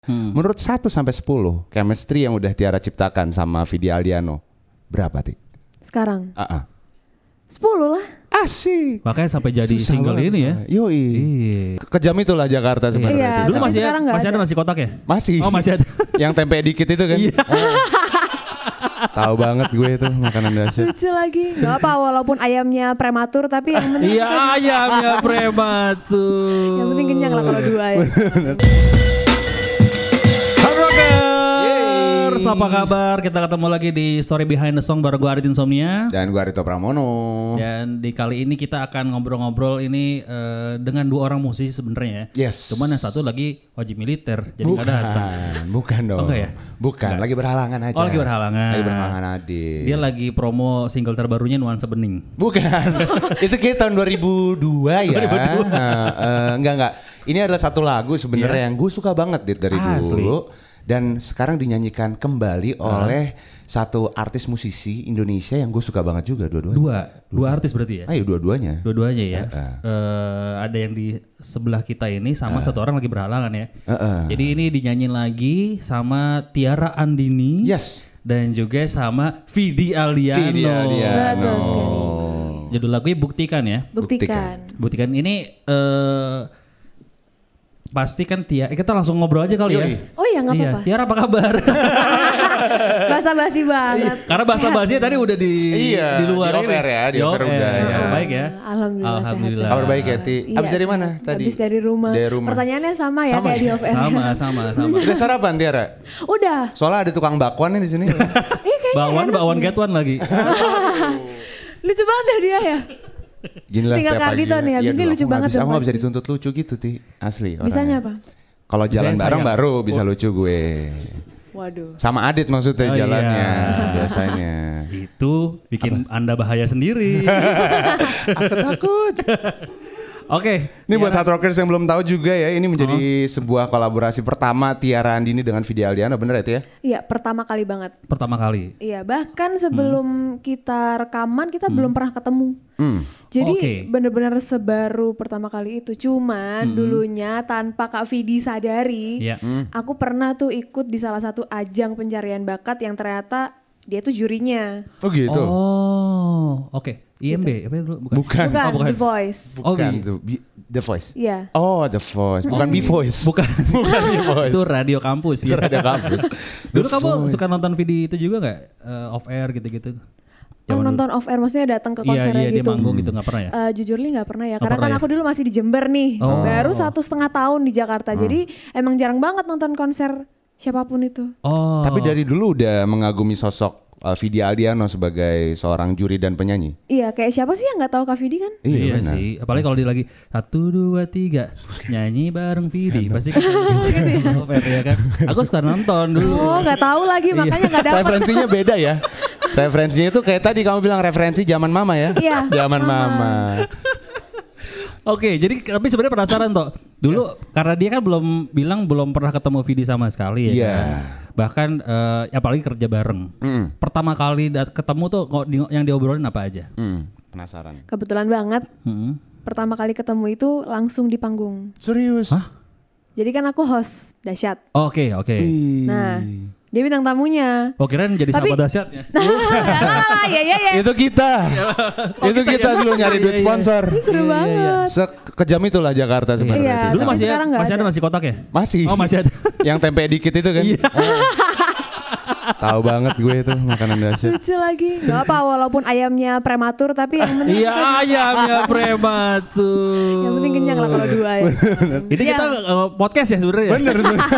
Menurut 1-10 chemistry yang udah Tiara ciptakan sama Vidi Aldiano berapa Ti? Sekarang 10 lah. Asik. Makanya sampai jadi Susah single banget, ini ya. Yoi. Kejam itulah Jakarta sebenarnya. Iya, Dulu tapi masih sekarang nggak ada ada. nasi kotak ya? Masih. Oh masih ada. Yang tempe dikit itu kan. Iya. Tahu banget gue itu makanan dahsyat. Lucu lagi. Gak apa walaupun ayamnya prematur tapi yang penting Iya ayamnya prematur. yang penting kenyang lah kalau 2 ya. Rockers, apa kabar? Kita ketemu lagi di Story Behind the Song bareng gue Arit Insomnia. Dan gue Arito Pramono. Dan di kali ini kita akan ngobrol-ngobrol ini dengan 2 orang musisi sebenarnya ya. Yes. Cuman yang satu lagi wajib militer, jadi nggak datang. Bukan dong. Oh, enggak ya? Bukan, Enggak. lagi berhalangan aja. Oh lagi berhalangan. Lagi berhalangan adik. Dia lagi promo single terbarunya Nuansa Bening. Bukan. Itu kayak tahun 2002 ya. 2002. Enggak. Ini adalah satu lagu sebenarnya yang gue suka banget dari Asli. dulu. Dan sekarang dinyanyikan kembali oleh satu artis musisi Indonesia yang gue suka banget juga dua-duanya. Dua artis berarti ya? Ayo dua-duanya. Dua-duanya ya. Ada yang di sebelah kita ini sama satu orang lagi berhalangan ya. Jadi ini dinyanyiin lagi sama Tiara Andini. Yes. Dan juga sama Vidi Aldiano. Vidi Aldiano. Betul sekali. Judul lagunya Buktikan ya. Buktikan. Ini pasti kan kita langsung ngobrol aja kali ya. Oh iya gak apa-apa. Tiara apa kabar? Basa-basi banget. Karena basa-basinya tadi udah di luar di offer ya, di offer udah ya. Baik ya. Alhamdulillah. Sehat. Kabar baik ya Ti? Iya, Abis dari mana tadi? Abis dari rumah. Pertanyaannya sama ya kayak di off air. Sama. Udah sarapan Tiara? Udah. Soalnya ada tukang bakwan nih di sini. Bakwan get one lagi. Lucu banget dah dia ya. Gini lah Tinggal tiap Kardito pagi. nih, habis ini lucu banget Aku dong gak bisa pasti. dituntut lucu gitu Ti, asli orangnya. Bisanya apa? Kalau jalan Bisanya bareng sayang. baru bisa lucu gue. Waduh. Sama Adit maksudnya Oh, jalannya iya. biasanya. Itu bikin Anda bahaya sendiri. Aku takut. Oke. Ini buat hard rockers yang belum tahu juga ya, ini menjadi sebuah kolaborasi pertama Tiara Andini dengan Vidi Aldiano, bener ya Ti ya? Iya pertama kali banget. Pertama kali. Iya bahkan sebelum kita rekaman kita belum pernah ketemu. Jadi Oke. bener-bener sebaru pertama kali itu. Cuman dulunya tanpa Kak Vidi sadari, Iya. aku pernah tuh ikut di salah satu ajang pencarian bakat yang ternyata dia tuh jurinya. Oh gitu? Oh, oke. IMB apa dulu? Bukan. Bukan. Bukan, Oh, bukan. The Voice. Oh, Bukan iya. tuh, The Voice. Iya. Oh The Voice, bukan B-Voice. Bukan. Bukan B-Voice. Itu radio kampus Itu ya. ada kampus. Dulu The kamu Voice. suka nonton video itu juga nggak? Off air gitu-gitu. Oh, nonton off air maksudnya datang ke Iya, konsernya dia gitu. manggung gitu nggak pernah ya? Jujur li nggak pernah ya, Nggak karena pernah kan ya? aku dulu masih di Jember nih, Oh. baru 1,5 tahun di Jakarta, jadi emang jarang banget nonton konser siapapun itu. Oh. Tapi dari dulu udah mengagumi sosok Vidi Aldiano sebagai seorang juri dan penyanyi. Iya, kayak siapa sih yang nggak tahu Kak Vidi kan? Iya benar. sih, apalagi kalau dia lagi 1, 2, 3 nyanyi bareng Vidi pasti kan Gitu ya kan. Aku suka nonton dulu. Oh, nggak tahu lagi, makanya nggak dapet. Referensinya beda ya. Referensinya itu kayak tadi kamu bilang referensi zaman mama ya. Iya, Zaman mama. Oke, jadi tapi sebenarnya penasaran toh. Dulu karena dia kan belum pernah ketemu Vidi sama sekali ya. Iya. Kan? Bahkan apalagi kerja bareng. Pertama kali ketemu tuh yang diobrolin apa aja? Penasaran. Kebetulan banget, Hmm. pertama kali ketemu itu langsung di panggung. Serius? Hah? Jadi kan aku host dahsyat. Oke. Nah, dia bintang tamunya. Oh kirain jadi Tapi- sahabat dahsyatnya. Lah, ya. Itu kita. Itu kita dulu nyari duit sponsor. Seru banget. Sekejam itulah Jakarta sebenarnya. Iya. Ti. Dulu Tapi masih sekarang nggak ada ada. nasi kotak ya? Masih. Oh masih ada. Yang tempe dikit itu kan. Tahu banget gue itu makanan dahsyat. Lucu lagi. Gak apa walaupun ayamnya prematur tapi yang penting Iya ayamnya prematur. yang penting kenyang lah kalau 2 ya. Ini Iya. kita podcast ya sebenarnya. Bener.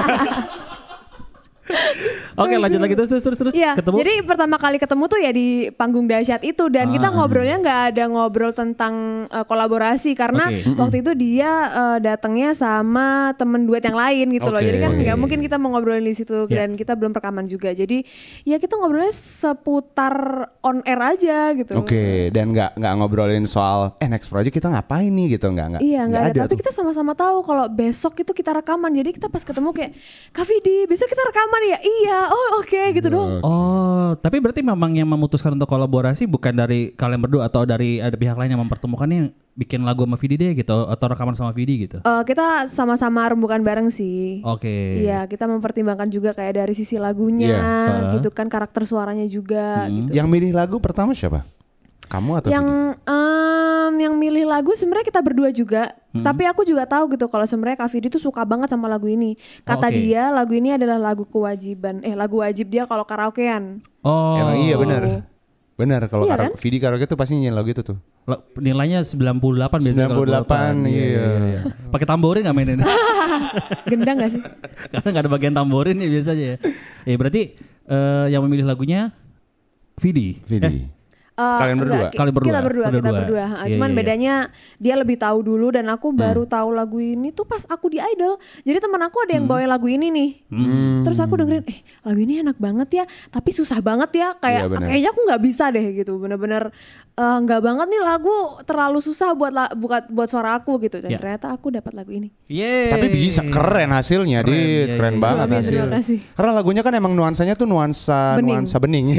Oke lanjut lagi terus Iya, ketemu. jadi pertama kali ketemu tuh ya di panggung dahsyat itu dan kita ngobrolnya nggak ada ngobrol tentang kolaborasi karena Oke. waktu itu dia datangnya sama temen duet yang lain gitu loh. Oke. Jadi kan nggak Oke. mungkin kita mau ngobrolin di situ Iya. dan kita belum rekaman juga. Jadi ya kita ngobrolnya seputar on air aja gitu. Oke, dan nggak ngobrolin soal next project kita ngapain nih gitu, nggak. Iya nggak ada, tapi tuh. kita sama-sama tahu kalau besok itu kita rekaman. Jadi kita pas ketemu kayak Kak Vidi, besok kita rekaman ya? Iya oke gitu dong. Oh, tapi berarti memang yang memutuskan untuk kolaborasi bukan dari kalian berdua atau dari ada pihak lain yang mempertemukannya bikin lagu sama Vidi deh gitu atau rekaman sama Vidi gitu? Kita sama-sama rembukan bareng sih. Oke. Iya, kita mempertimbangkan juga kayak dari sisi lagunya, gitu kan, karakter suaranya juga. Gitu. Yang milih lagu pertama siapa? Kamu atau Vidi? Yang milih lagu sebenarnya kita berdua juga. Tapi aku juga tahu gitu kalau sebenarnya Kak Vidi tuh suka banget sama lagu ini. Kata dia lagu ini adalah lagu kewajiban. Lagu wajib dia kalau karaokean. Oh. Emang iya benar. Benar kalau Iya kan? Vidi karaoke tuh pasti nyanyiin lagu itu tuh. Nilainya 98 biasanya. 98 iya. Pakai tamborin enggak mainin? Gendang gak sih? Karena enggak ada bagian tamborin ya biasanya ya. Berarti yang memilih lagunya Vidi. Kalian berdua? Kita berdua. Cuman Iya. bedanya dia lebih tahu dulu dan aku baru tahu lagu ini tuh pas aku di Idol. Jadi teman aku ada yang bawain lagu ini nih. Terus aku dengerin, lagu ini enak banget ya, tapi susah banget ya. Kayaknya aku nggak bisa deh gitu. Bener-bener nggak banget nih lagu, terlalu susah buat suara aku gitu. Dan ternyata aku dapat lagu ini. Tapi bisa keren hasilnya, Dit. Keren banget hasilnya. Karena lagunya kan emang nuansanya tuh nuansa bening.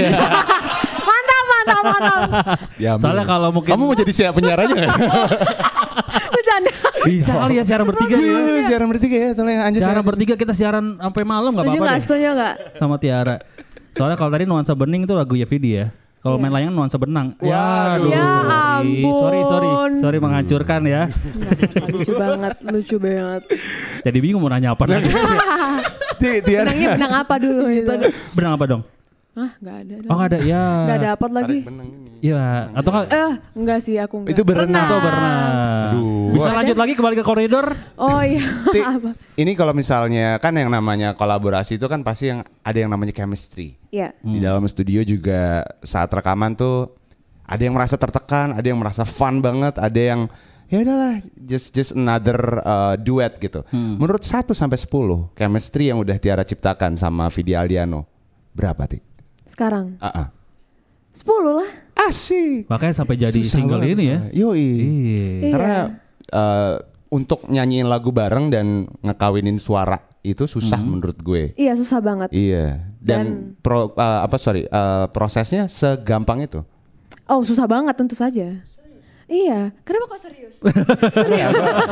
Mantap. Ya, soalnya kalau mungkin kamu mau jadi siapa penyiar aja nggak? Bercanda. Bisa kali ya siaran bertiga ya. Siaran bertiga ya, tolong Anjas. Siaran bertiga kita siaran sampai malam nggak apa-apa deh. Setuju nggak? Sama Tiara. Soalnya kalau tadi nuansa bening itu lagu ya Vidi ya. Kalau main layangan nuansa benang. Waduh. Ya ampun. Sorry menghancurkan ya. Lucu banget. Jadi bingung mau nanya apa lagi. Benangnya benang apa dulu? Benang apa dong? Nggak ada. Oh nggak ada ya. Nggak dapat lagi. Iya atau nggak? Enggak sih aku nggak. Itu berenang. Bisa lanjut lagi kembali ke koridor? Oh iya. Ini kalau misalnya kan yang namanya kolaborasi itu kan pasti yang ada yang namanya chemistry. Iya. Di dalam studio juga saat rekaman tuh ada yang merasa tertekan, ada yang merasa fun banget, ada yang ya udahlah just another duet gitu. Menurut 1 sampai 10 chemistry yang udah Tiara ciptakan sama Vidi Aldiano berapa Ti? Sekarang 10 lah. Asik. Makanya sampai jadi Susah single banget, ini ya. Yoi. Iya. Karena untuk nyanyiin lagu bareng dan ngekawinin suara itu susah menurut gue. Iya susah banget. Iya. Dan prosesnya segampang itu. Oh susah banget tentu saja. Iya. Kenapa kok serius? Serius.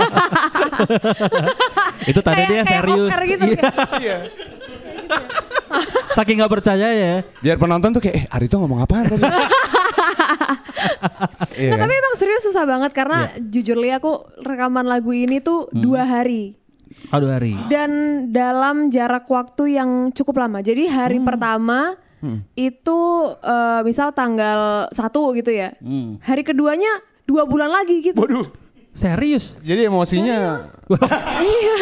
Itu tadi dia serius. Gitu, Iya. Saking nggak percaya ya. Biar penonton tuh kayak Arito ngomong apaan tadi? Nah, tapi emang serius susah banget karena jujur Li aku rekaman lagu ini tuh 2 hari. 2 hari. Dan dalam jarak waktu yang cukup lama. Jadi hari pertama itu misal tanggal 1 gitu ya. Hari keduanya 2 bulan lagi gitu. Waduh. Serius? Jadi emosinya. Iya.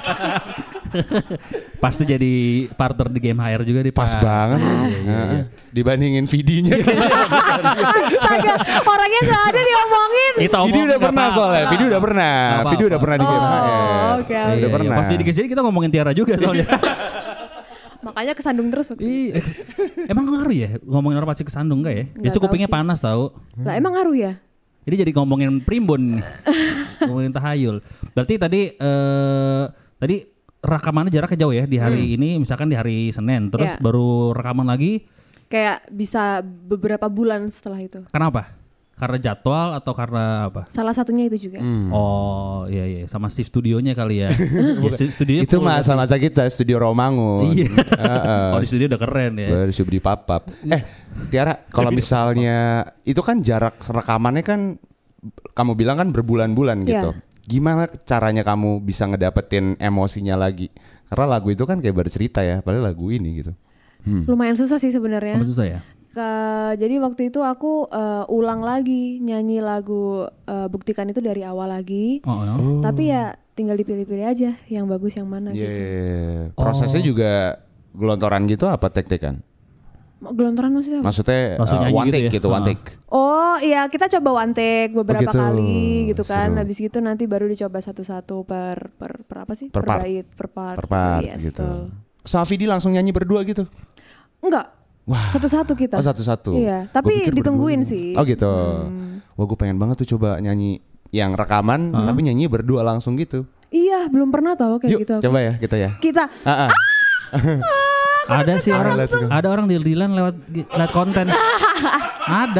Pasti jadi partner di game HR juga di Pas banget. Iya. Dibandingin Vidinya. Astaga, orangnya gak ada diomongin. Vidi udah pernah soalnya. Vidi udah pernah. Vidi udah pernah di game HR. Oke. Udah pernah. Pas Vidi kesini kita ngomongin Tiara juga soalnya. Makanya kesandung terus waktu itu. Emang ngaruh ya ngomongin orang pasti kesandung gak ya? Itu kupingnya panas tau. Lah emang ngaruh ya? Jadi ngomongin primbon nih. Ngomongin tahayul. Berarti tadi rekamannya jaraknya jauh ya di hari ini, misalkan di hari Senin, terus baru rekaman lagi. Kayak bisa beberapa bulan setelah itu. Kenapa? Karena jadwal atau karena apa? Salah satunya itu juga. Oh iya sama si studionya kali ya. Studionya itu masa-masa kita studio Romangun. Iya. Kalau di studio udah keren ya. Baru di papap. Tiara, kalau misalnya itu kan jarak rekamannya kan kamu bilang kan berbulan-bulan gitu. Gimana caranya kamu bisa ngedapetin emosinya lagi? Karena lagu itu kan kayak bercerita ya, padahal lagu ini gitu. Lumayan susah sih sebenarnya. Susah ya? Jadi waktu itu aku ulang lagi nyanyi lagu Buktikan itu dari awal lagi. Tapi ya tinggal dipilih-pilih aja yang bagus yang mana gitu. Prosesnya juga gelontoran gitu apa tek-tekan? Gelontoran maksudnya? Maksudnya one take gitu, one take. Oh iya, kita coba one take beberapa gitu. kali gitu kan. Seru. Habis gitu nanti baru dicoba satu-satu per apa sih? Per part. bait, per part. Yes, gitu. Betul. Sama Vidi langsung nyanyi berdua gitu? Enggak. Wah. Satu-satu kita. Oh satu-satu. Iya, tapi ditungguin sih. Oh gitu. Wah gue pengen banget tuh coba nyanyi yang rekaman tapi nyanyi berdua langsung gitu. Iya, belum pernah tahu kayak Yuk, gitu. Coba ya kita ya. Kita. Ada sih ada orang deal-dealan lewat konten. Ada.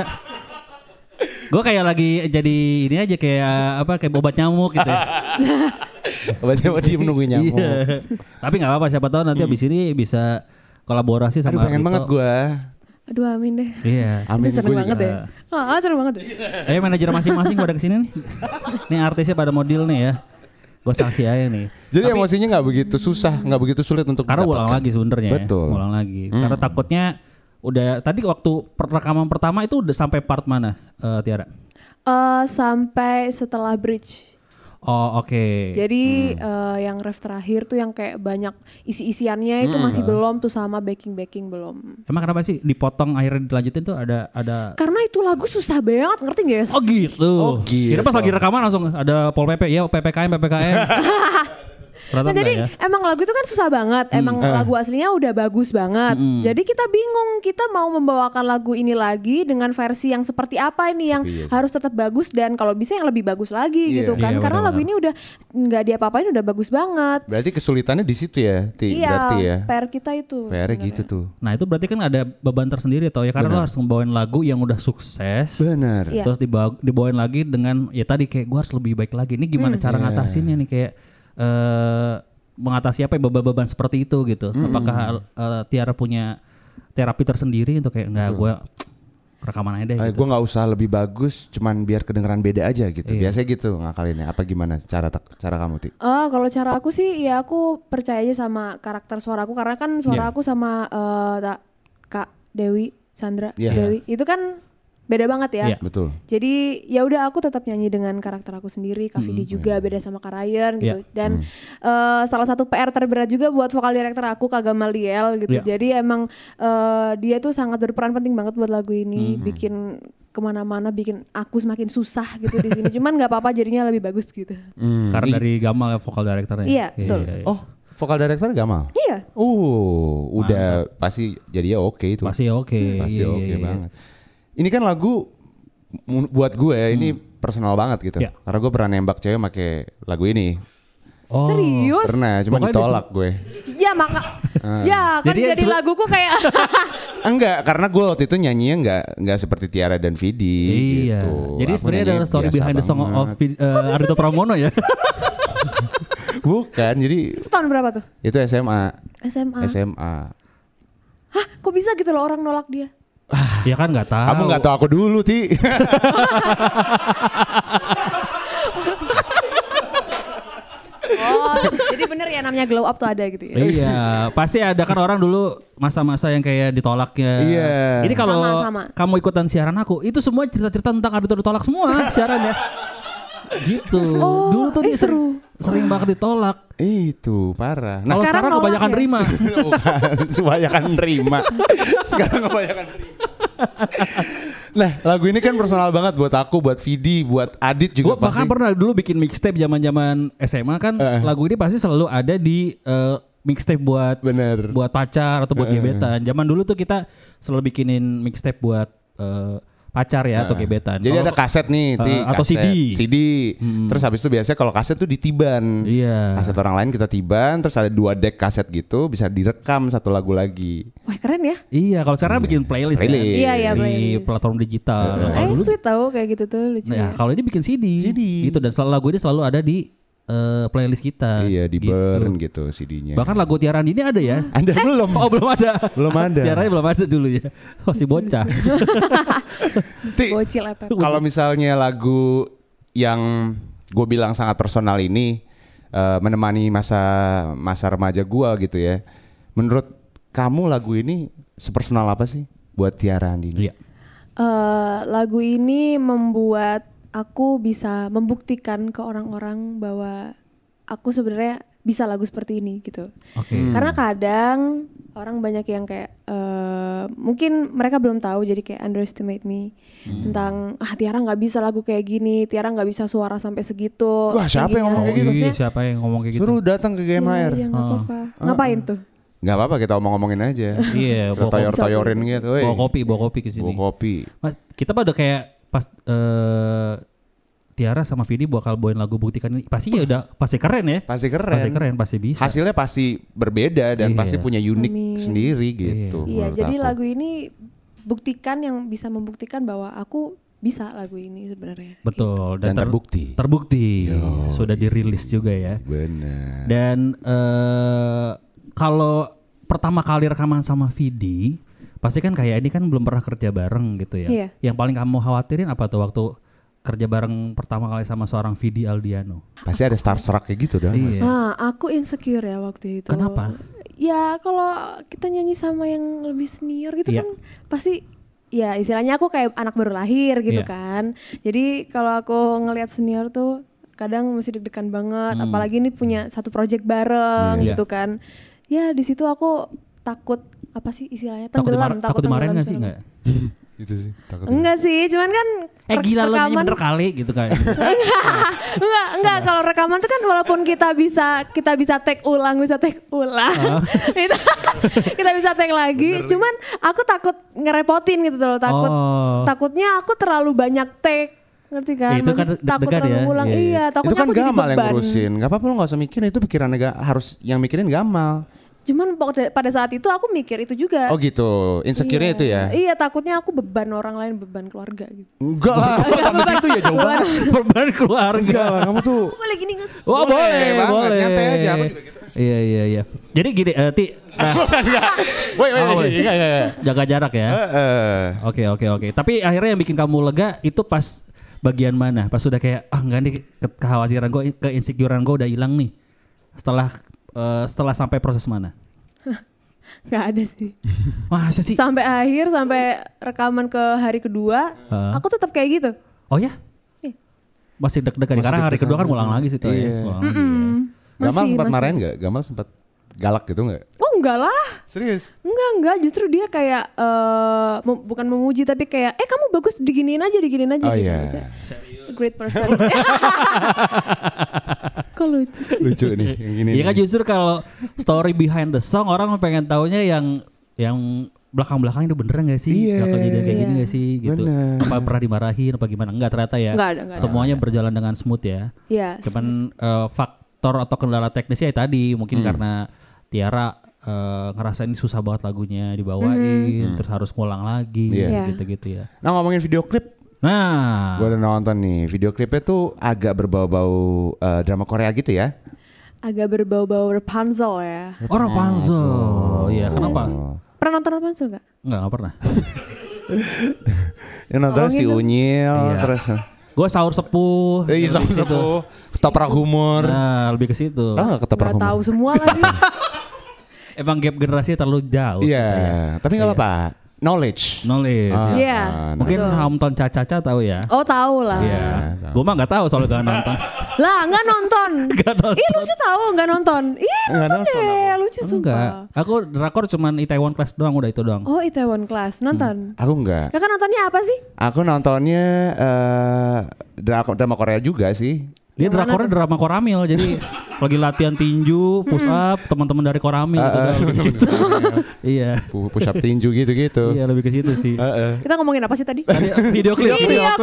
Gue kayak lagi jadi ini aja kayak obat nyamuk gitu ya. Obat diem nungguin nyamuk. Iya. Tapi nggak apa-apa, siapa tahu nanti abis ini bisa kolaborasi sama Aduh, pengen banget gue. Aduh amin deh. Iya. Amin. Seru banget deh. Seru banget deh. Ayo manajer masing-masing pada kesini nih. Nih artisnya pada model nih ya. Gue saksi aja nih. Jadi emosinya nggak begitu susah, nggak begitu sulit untuk karena ulang lagi sebenarnya. Betul. Ulang lagi. Karena takutnya udah tadi waktu rekaman pertama itu udah sampai part mana, Tiara? Sampai setelah bridge. Oh oke. Jadi yang ref terakhir tuh yang kayak banyak isi-isiannya itu masih belum tuh, sama backing belum. Emang kenapa sih dipotong akhirnya dilanjutin tuh ada? Karena itu lagu susah banget, ngerti gak? Oh gitu. Kira pas lagi rekaman langsung ada Pol PP ya, PPKM. Nah, jadi emang lagu itu kan susah banget. Emang lagu aslinya udah bagus banget. Jadi kita bingung, kita mau membawakan lagu ini lagi dengan versi yang seperti apa ini yang harus tetap bagus dan kalau bisa yang lebih bagus lagi gitu kan. Karena lagu ini udah nggak diapa-apain, udah bagus banget. Berarti kesulitannya di situ ya, berarti ya. PR kita itu. PR gitu tuh. Nah itu berarti kan ada beban tersendiri ya karena lo harus ngebawain lagu yang udah sukses. Benar. Terus dibawain lagi dengan ya tadi kayak gue harus lebih baik lagi. Ini gimana cara ngatasinnya nih kayak mengatasi apa ya beban-beban seperti itu gitu. Apakah Tiara punya terapi tersendiri untuk kayak enggak gue rekaman aja deh gitu. Gue nggak usah lebih bagus, cuman biar kedengeran beda aja gitu. Biasanya gitu ngakalinnya. Apa gimana cara kamu, Ti? Kalau cara aku sih ya aku percaya aja sama karakter suaraku, karena kan suara aku sama Kak Dewi Sandra Dewi itu kan beda banget ya. Betul. Jadi ya udah aku tetap nyanyi dengan karakter aku sendiri. Kak Vidi juga beda sama Kak Ryan gitu. Dan salah satu PR terberat juga buat vokal director aku Kak Gamaliel gitu. Jadi emang dia tuh sangat berperan penting banget buat lagu ini. Bikin kemana-mana, bikin aku semakin susah gitu di sini. Cuman nggak apa-apa, jadinya lebih bagus gitu. Karena dari Gamal ya vokal directornya. Iya betul. Oh vokal director Gamal? Iya. Udah pasti jadinya oke itu. Pasti oke. Pasti oke banget. Ini kan lagu buat gue ini personal banget gitu. Karena gue pernah nembak cewek pakai lagu ini. Oh. Serius? Pernah, cuma ditolak gue. Ya ya kan jadi laguku kayak enggak, karena gue waktu itu nyanyinya enggak seperti Tiara dan Vidi gitu. Jadi sebenarnya ada story behind the song of Ardhito Pramono ya. Bukan, jadi itu tahun berapa tuh? Itu SMA. Hah, kok bisa gitu loh orang nolak dia? Ya kan nggak tahu. Kamu nggak tahu aku dulu, Ti. Jadi bener ya namanya glow up tuh ada gitu ya. Iya, pasti ada kan orang dulu masa-masa yang kayak ditolaknya. Iya. Ini kalau kamu ikutan siaran aku, itu semua cerita-cerita tentang Ardhito ditolak semua siarannya. Gitu. Dulu tuh dia sering banget ditolak. Itu parah. Nah, kalau sekarang kebanyakan nerima. Kebanyakan nerima. Sekarang kebanyakan nerima. Nah, lagu ini kan personal banget buat aku, buat Vidi, buat Adit juga. Gua bahkan pernah dulu bikin mixtape zaman-zaman SMA kan. Lagu ini pasti selalu ada di mixtape buat pacar atau buat gebetan. Zaman dulu tuh kita selalu bikinin mixtape buat pacar ya atau gebetan. Jadi ada kaset nih, atau kaset, CD. Terus habis itu biasanya kalau kaset tuh ditiban. Iya. Kaset orang lain kita tiban, terus ada 2 deck kaset gitu, bisa direkam satu lagu lagi. Wah keren ya. Iya, kalau sekarang bikin playlist kan. Iya, di platform digital. Sweet tahu kayak gitu tuh lucu. Nah, kalau ini bikin CD. Gitu dan lagu ini selalu ada di playlist kita. Iya, di burn gitu CD-nya. Bahkan lagu Tiara ini ada ya? Ada belum? Oh, belum ada. Belum ada. Tiaranya belum ada dulu ya. Masih bocah. Bocil apa? Kalau misalnya lagu yang gue bilang sangat personal ini menemani masa remaja gue gitu ya. Menurut kamu lagu ini sepersonal apa sih buat Tiara Andini? Iya. Lagu ini membuat aku bisa membuktikan ke orang-orang bahwa aku sebenarnya bisa lagu seperti ini gitu. Karena kadang orang banyak yang kayak mungkin mereka belum tahu jadi kayak underestimate me tentang Tiara nggak bisa lagu kayak gini, Tiara nggak bisa suara sampai segitu. Wah siapa yang ngomong kayak gitu? Siapa yang ngomong kayak gitu? Suruh datang ke GMR. Iya nggak apa-apa. Ngapain tuh? Nggak apa-apa kita omong-omongin aja. Iya. Toyor-toyorin gitu. Bawa kopi ke sini. Bawa kopi. Mas, kita pada kayak pas Tiara sama Vidi bakal bawain lagu Buktikan ini, pasti keren ya. Pasti keren, pasti bisa. Hasilnya pasti berbeda dan pasti punya unik sendiri gitu. Iya, jadi lagu ini buktikan yang bisa membuktikan bahwa aku bisa lagu ini sebenarnya. Betul, dan terbukti. Sudah dirilis juga ya. Benar. Dan kalau pertama kali rekaman sama Vidi, pasti kan kayak ini kan belum pernah kerja bareng gitu ya. Iya. Yang paling kamu khawatirin apa tuh waktu kerja bareng pertama kali sama seorang Vidi Aldiano? Pasti ada starstruck kayak gitu dong. Iya. Aku insecure ya waktu itu. Kenapa? Ya kalau kita nyanyi sama yang lebih senior gitu kan pasti ya istilahnya aku kayak anak baru lahir gitu kan. Jadi kalau aku ngelihat senior tuh kadang masih deg-degan banget. Apalagi ini punya satu project bareng gitu kan. Ya di situ aku takut apa sih istilahnya tenggelam. Takut dimarahin nggak sih nggak? Gitu sih. Enggak sih, cuman kan gila lo nyanyi bener kali gitu kan. enggak kalau rekaman tuh kan walaupun kita bisa take ulang. Kita bisa take lagi, cuman aku takut ngerepotin gitu loh, takutnya aku terlalu banyak take. Ngerti kan? Itu kan takut terlalu ulang. Iya, takutnya itu kan aku jadi Gamal beban. yang ngurusin. Gak apa-apa lo gak usah mikirin, itu pikiran harus yang mikirin Gamal. Cuman pada saat itu aku mikir itu juga. Oh gitu, insecure-nya itu ya? Iya, takutnya aku beban orang lain, beban keluarga gitu. Enggak lah, sampai situ ya jauh banget. Beban keluarga. Enggak lah, kamu tuh. Aku boleh gini gak sih? Wah boleh. Nyantai aja, aku juga gitu. Iya. Jadi gini, Ti. Woi, jaga jarak ya. Oke. Tapi akhirnya yang bikin kamu lega itu pas bagian mana? Pas sudah kayak, enggak nih, kekhawatiran gue, keinsecurean gue udah hilang nih. Setelah sampai proses mana? Gak ada sih. Masa sih? Sampai rekaman ke hari kedua, aku tetap kayak gitu. Oh ya? Masih deg-degan karena hari kedua kan ngulang lagi sih tuh ya. Gamal sempat marahin gak? Gamal sempat galak gitu gak? Oh enggak lah. Serius? Enggak, justru dia kayak bukan memuji tapi kayak kamu bagus diginiin aja Oh gitu. iya. Great person. Kok lucu sih? Lucu nih yang gini. Iya kan justru kalau story behind the song orang pengen taunya yang belakang-belakangnya itu beneran gak sih? Bakal jadi kayak gini gak sih gitu. Bener. Apa pernah dimarahin apa gimana? Enggak ternyata ya. Enggak Semuanya berjalan dengan smooth ya. Iya. Cuman faktor atau kendala teknisnya tadi mungkin karena Tiara ngerasa ini susah banget lagunya dibawain, terus harus ngulang lagi gitu-gitu ya. Nah ngomongin video klip, gue udah nonton nih, video klipnya tuh agak berbau-bau drama Korea gitu ya? Agak berbau-bau Rapunzel ya. Oh Rapunzel, iya kenapa? Pernah nonton Rapunzel gak? Enggak pernah. Yang nonton si Unyil, terus gue sahur sepuh. Iya sahur sepuh, ketoprak humor. Nah lebih ke situ. Tahu ketoprak humor? Gak tahu semua lagi. Emang gap generasi terlalu jauh. Iya, tapi nggak apa-apa. Knowledge. Iya. Mungkin Hometown Caca tahu ya. Oh tahu lah. Iya. Gue mah nggak tahu soalnya gak nonton. Lah nggak nonton. Ih lucu tahu nggak nonton. Ih nonton deh, lucu sumpah. Enggak. Aku drakor cuman Itaewon Class doang, udah itu doang. Oh Itaewon Class nonton. Aku enggak. Kakak nontonnya apa sih? Aku nontonnya drama Korea juga sih. Dia drakornya drama Koramil, jadi lagi latihan tinju, push up, teman-teman dari Koramil gitu. Iya. Push up tinju gitu-gitu. Iya, lebih ke situ sih. Kita ngomongin apa sih tadi? Video klip.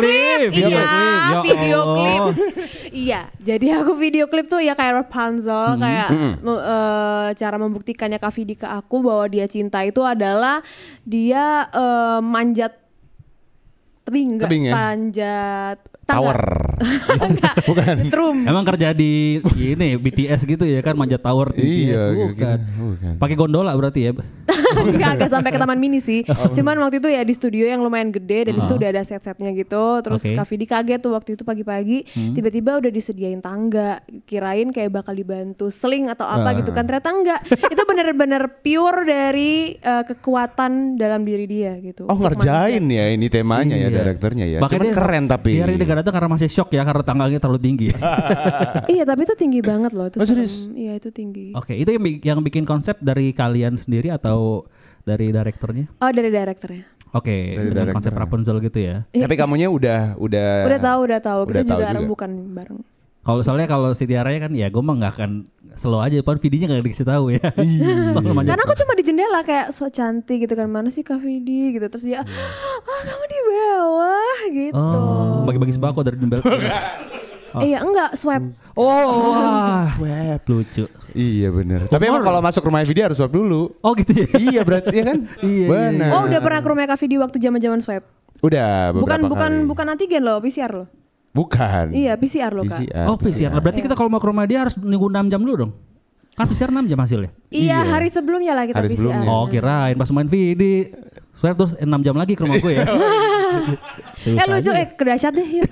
Iya, jadi aku video klip tuh ya kayak Rapunzel, kayak cara membuktikannya Kak Vidi ke aku bahwa dia cinta itu adalah dia manjat tebing enggak, panjat tower. Bukan. Trum. Emang kerja di ini BTS gitu ya kan, manjat tower BTS. Bukan. Pakai gondola berarti ya. Enggak sampai ke taman mini sih. Cuman waktu itu ya di studio yang lumayan gede dan di situ udah ada set-setnya gitu. Terus Kak Vidi kaget tuh waktu itu pagi-pagi tiba-tiba udah disediain tangga. Kirain kayak bakal dibantu seling atau apa gitu kan. Ternyata enggak. Itu bener-bener pure dari kekuatan dalam diri dia gitu. Oh ngerjain ya ini temanya ya direkturnya ya. Cuman keren tapi. Dia itu karena masih shock ya karena tangganya terlalu tinggi. Iya tapi itu tinggi banget loh. Itu iya itu tinggi. Oke, itu yang bikin konsep dari kalian sendiri atau dari direkturnya? Oh dari direkturnya. Oke, dengan konsep Rapunzel gitu ya. Tapi kamunya udah tahu. Kita juga rembukan bareng. Kalau si Tiara kan ya gue mah nggak akan slow aja, pan videonya nggak dikasih tahu ya. Karena aku cuma di jendela kayak so cantik gitu kan, mana sih Kak Vidi gitu, terus dia kamu di bawah gitu. Bagi-bagi sembako dari jendela. Iya enggak swipe. Oh, wah. Swab. Lucu. Iya bener. Tapi emang kalau masuk rumah Vidi harus swab dulu. Oh gitu ya? Iya berarti ya kan? Iya. Bener. Oh udah pernah ke rumah Kak Vidi waktu zaman swipe? Udah beberapa kali. Bukan antigen loh, PCR loh. Bukan. Iya PCR loh Kak. Oh PCR. Berarti kita kalau mau ke rumah dia harus nunggu 6 jam dulu dong? Kan PCR 6 jam hasilnya? Iya hari sebelumnya lah kita hari PCR. Sebelumnya. Oh kirain pas main Vidi swab terus 6 jam lagi ke rumah gue ya. Lucu kedahsyat deh yuk.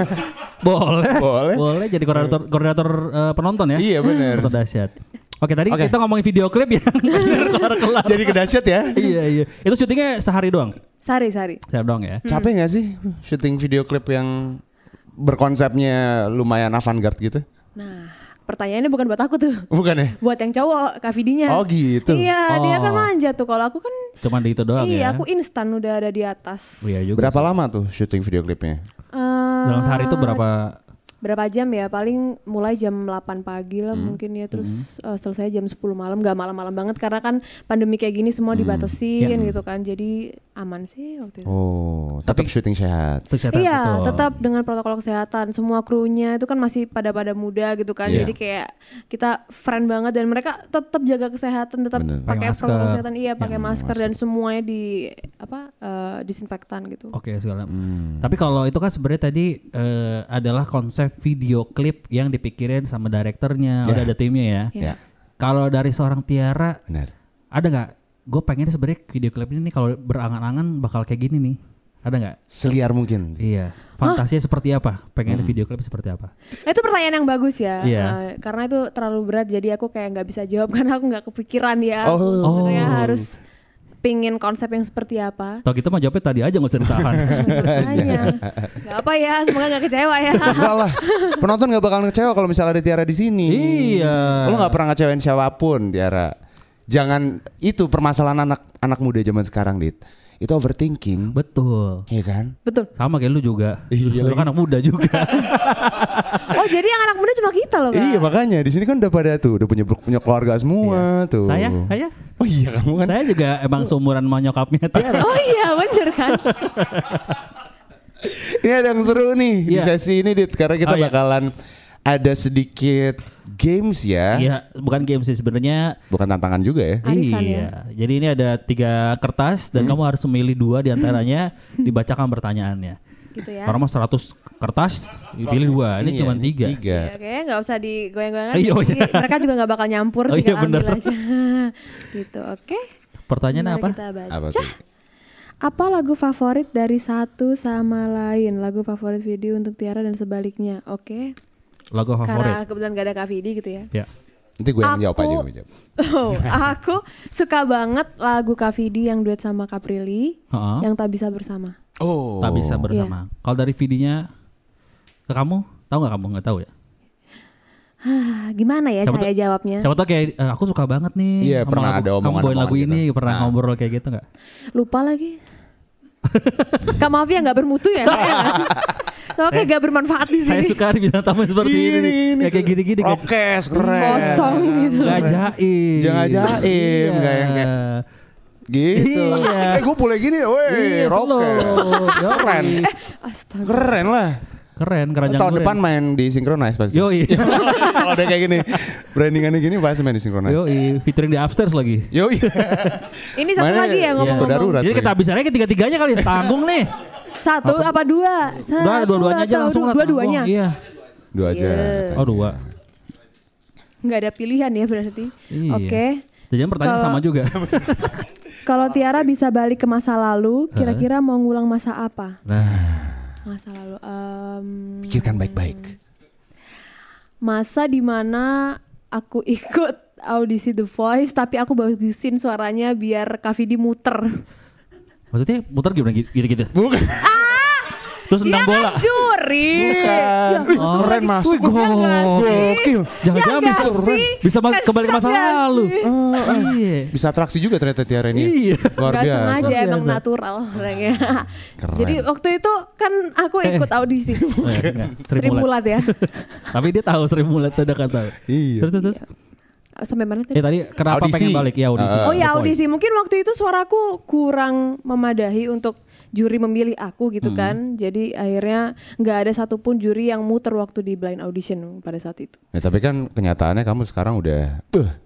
Boleh jadi koordinator penonton ya. Iya benar. Penonton dahsyat. Oke tadi kita ngomongin video klip ya. kelar. Jadi kedahsyat ya. Iya. Itu syutingnya sehari doang? Sehari doang ya. Capek gak sih syuting video klip yang berkonsepnya lumayan avant-garde gitu? Nah pertanyaannya bukan buat aku tuh. Bukan ya? Buat yang cowok, Kak Vidinya. Oh gitu? Iya dia kan manja tuh. Kalau aku kan cuma di itu doang ya? Iya aku instan udah ada di atas. Iya juga. Berapa lama tuh syuting video klipnya? Dalam sehari itu berapa jam ya? Paling mulai jam 8 pagi lah mungkin ya. Terus selesai jam 10 malam. Gak malam-malam banget karena kan pandemi kayak gini semua dibatesin gitu kan. Jadi aman sih waktu itu. Oh tetap syuting sehat? Iya tetap dengan protokol kesehatan. Semua krunya itu kan masih pada muda gitu kan. Jadi kayak kita friend banget. Dan mereka tetap jaga kesehatan. Tetap pakai protokol kesehatan. Iya pakai masker. Dan semuanya disinfektan gitu. Oke segala. Tapi kalau itu kan sebenarnya tadi adalah konsep video klip yang dipikirin sama direkturnya, udah ada timnya ya. Kalau dari seorang Tiara, ada nggak? Gue pengennya sebenarnya video klip ini nih kalau berangan-angan bakal kayak gini nih, ada nggak? Seliar mungkin. Iya. Fantasinya seperti apa? Pengennya video klip seperti apa? Itu pertanyaan yang bagus ya. Iya. Karena itu terlalu berat, jadi aku kayak nggak bisa jawab karena aku nggak kepikiran ya. Sebenarnya harus pingin konsep yang seperti apa. Tau gitu mah jawabnya tadi aja gak usah ditahan. Makanya gak apa ya, semoga gak kecewa ya. Enggak lah, penonton gak bakal kecewa kalau misalnya ada Tiara di sini. Iya. Lo gak pernah ngecewain siapapun Tiara. Jangan itu permasalahan anak muda zaman sekarang Dit. Itu overthinking. Betul. Iya kan? Betul. Sama kayak lu juga. Lu kan anak muda juga. Oh jadi yang anak muda cuma kita loh Kak? Iya makanya di sini kan udah pada tuh udah punya keluarga semua tuh. Saya. Oh iya kamu kan. Saya juga emang seumuran sama nyokapnya Tiara. Oh iya bener kan. Ini ada yang seru nih di sesi ini Dit. Karena kita bakalan ada sedikit games ya. Iya, bukan games sih sebenarnya. Bukan tantangan juga ya. Arisan iya. Jadi ini ada 3 kertas dan kamu harus memilih 2 diantaranya dibacakan pertanyaannya. Gitu ya. Kalau mau 100 kertas dipilih 2. Ini cuma 3. Ya, kayaknya nggak usah digoyang-goyangan. Iya. Mereka juga nggak bakal nyampur, tinggal ambil aja. Gitu, oke. Pertanyaannya apa? Kita baca. Apa lagu favorit dari satu sama lain? Lagu favorit video untuk Tiara dan sebaliknya. Oke. Lagu favorit. Karena kebetulan gak ada Kak Vidi gitu ya. Ya. Nanti gue yang jawab aja. Aku suka banget lagu Kak Vidi yang duet sama Kak Prilly, yang Tak Bisa Bersama. Oh. Tak Bisa Bersama. Yeah. Kalau dari Vidinya ke kamu, tahu nggak kamu? Nggak tahu ya? Gimana ya saya jawabnya? Siapa tau kayak aku suka banget nih. Iya pernah ada omongan. Kamu bawain lagu ini, pernah ngobrol kayak gitu nggak? Lupa lagi. Kak maaf ya nggak bermutu ya. Soalnya kayak gak bermanfaat di sini. Saya suka di bintang tamu seperti ini. Ya kayak gini-gini. Rokes keren. Kosong gitu. Gak jaim. Jangan jaim. Gak yang kayak gitu. Gue boleh gini. Weh rokes. Keren. Astaga. Keren lah. Keren. Keranjang tahun depan main di Synchronize pasti. Yoi. Kalau ada kayak gini. Brandingannya gini pasti main di Synchronize. Yoi. Featuring di Upstairs lagi. Yoi. Ini satu lagi ya ngomong-ngomong. Jadi kita habis ketiga-tiganya kali tanggung nih. Satu apa 2? Dua-duanya aja langsung lah. Dua-duanya. Iya. 2 aja. Oh 2. Nggak ada pilihan ya berarti. Iya. Oke. Jadi pertanyaan sama juga. Kalau Tiara bisa balik ke masa lalu, kira-kira mau ngulang masa apa? Masa lalu. Pikirkan baik-baik. Masa dimana aku ikut audisi The Voice, tapi aku bagusin suaranya biar Kak Vidi muter. Maksudnya muter gimana gitu? Bukan. Terus nendang bola. Kan juri. Bukan. Keren masuk. Gokil. Jangan-jangan bisa kembali ke masa lalu. Iya. Bisa atraksi juga ternyata Tiara ini. Iya. Luar biasa. Gak sengaja emang natural orangnya. Jadi waktu itu kan aku ikut audisi. Sri Mulat ya. Tapi dia tahu Sri Mulat udah kan tahu. Iya. Terus. Sampai mana tadi? Tadi kenapa audisi. Pengen balik ya audisi? Oh ya audisi. Mungkin waktu itu suaraku kurang memadai untuk juri memilih aku gitu kan. Jadi akhirnya nggak ada satupun juri yang muter waktu di blind audition pada saat itu. Ya, tapi kan kenyataannya kamu sekarang udah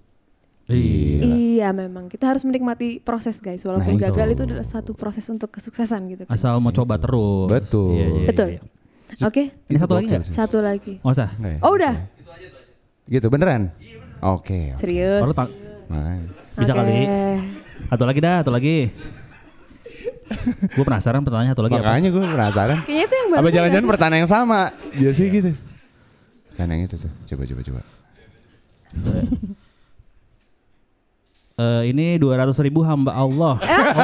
Iya memang kita harus menikmati proses guys, walaupun gagal itu adalah satu proses untuk kesuksesan gitu. Asal mau coba terus. Betul. Betul. Oke. Ini satu lagi nggak? Satu lagi. Oh usah. Oh udah. Gitu beneran? Oke. Serius. Bisa kali. Satu lagi dah, satu lagi. Gue penasaran pertanyaan satu lagi. Makanya gue penasaran. Kayaknya itu yang baru. Apa jangan-jangan pertanyaan yang sama? Biasanya gitu. Kan yang itu tuh. Coba. Ini 200.000 hamba Allah.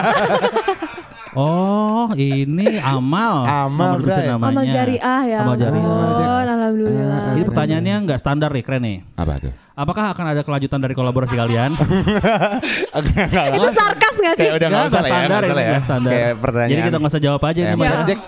Oh, ini amal namanya. Amal jariah ya. Amal jariah. Alhamdulillah. Ini pertanyaannya nggak standar nih, keren nih. Apa tuh? Apakah akan ada kelanjutan dari kolaborasi kalian? Itu sarkas nggak sih? Kayak udah nggak usah standar ya. Nggak standar. Kayak pertanyaan. Jadi kita nggak usah jawab aja nih, Jack.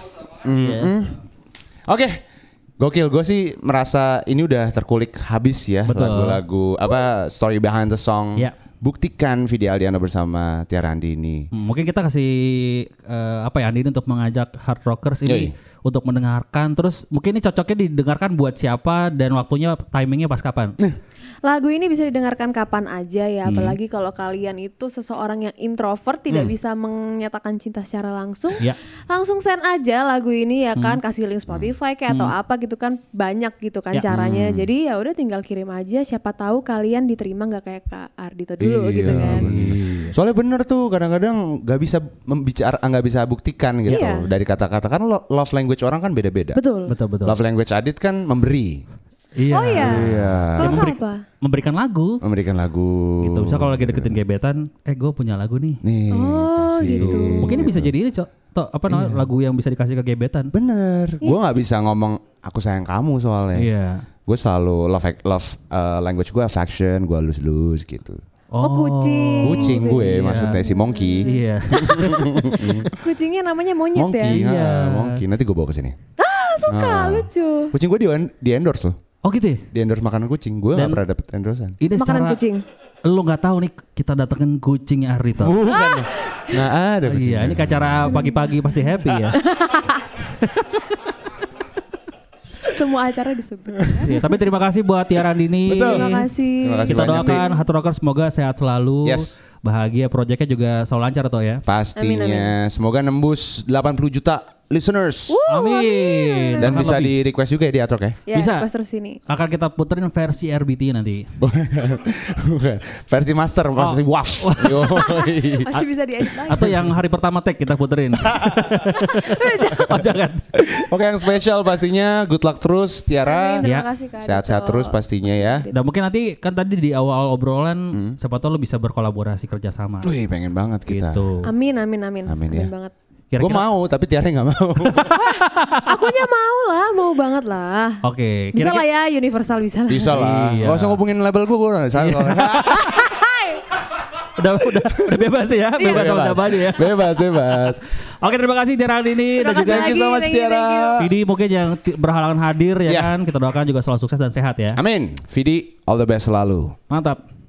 Oke. Gokil, gue sih merasa ini udah terkulik habis ya. Betul. Lagu-lagu story behind the song. Ya. Buktikan Vidi Aldiano bersama Tiara Andini. Mungkin kita kasih Andini untuk mengajak hard rockers ini untuk mendengarkan. Terus mungkin ini cocoknya didengarkan buat siapa dan waktunya timingnya pas kapan? Lagu ini bisa didengarkan kapan aja ya, apalagi kalau kalian itu seseorang yang introvert tidak bisa menyatakan cinta secara langsung. Langsung send aja lagu ini ya kan, kasih link Spotify kayak atau apa gitu kan, banyak gitu kan caranya. Jadi ya udah tinggal kirim aja, siapa tahu kalian diterima nggak kayak Kak Ardhito dulu gitu kan. Soalnya bener tuh kadang-kadang nggak bisa buktikan gitu dari kata-kata, kan love language orang kan beda-beda. Betul. Love language Adit kan memberi. Iya. Oh iya. Kalau apa? Memberikan lagu. Gitu. Misal kalau lagi deketin gebetan, gue punya lagu nih. Gitu. Mungkin ini bisa jadi ini lagu yang bisa dikasih ke gebetan. Bener. Gue nggak bisa ngomong aku sayang kamu soalnya. Iya. Gue selalu love language gue affection, gue lus gitu. Kucing. Kucing gue maksudnya si Monkey. Iya. Kucingnya namanya monyet Monkey, ya. Iya. Monkey. Nanti gue bawa ke sini. Suka lucu. Kucing gue di endorse loh. Oh gitu ya? Di endorse makanan kucing. Gue nggak pernah dapet endorsean. Ini makanan kucing. Lu nggak tahu nih kita datengin kucingnya Ardhito. Bukan. Nggak ada. Iya, ini ke acara pagi-pagi pasti happy ya. Semua acara disebut. Ya, tapi terima kasih buat Tiara Andini. Terima kasih. Kita doakan Hard Rockers semoga sehat selalu. Yes. Bahagia, proyeknya juga selalu lancar toh ya. Pastinya. Amin. Semoga nembus 80 juta listeners. Amin. Dan bisa di request juga ya di Atrok ya? Ya, bisa. request terus ini. Akan kita puterin versi RBT nanti. Bukan. Versi master, versi WAV. Masih bisa diedit lagi. Atau yang hari pertama tag kita puterin. Jangan. Oke, yang spesial pastinya good luck terus Tiara. Amin, terima kasih Kak. Sehat-sehat terus pastinya ya. Dan mungkin nanti kan tadi di awal obrolan siapa tahu lo bisa berkolaborasi kerjasama. Wih, pengen banget kita. Gitu. Amin ya. banget. Gue mau, tapi Tiara nggak mau. Akunya mau banget lah. Oke. Bisa lah ya, universal bisa lah. Bisa lah. Iya. Gak usah ngubungin label gue nggak salah. udah bebas ya, bebas sama siapa aja ya. Bebas. Oke, terima kasih Tiara Andini dan juga thank you so much Tiara. Vidi mungkin yang berhalangan hadir ya kan. Kita doakan juga selalu sukses dan sehat ya. Amin. Vidi, all the best selalu. Mantap.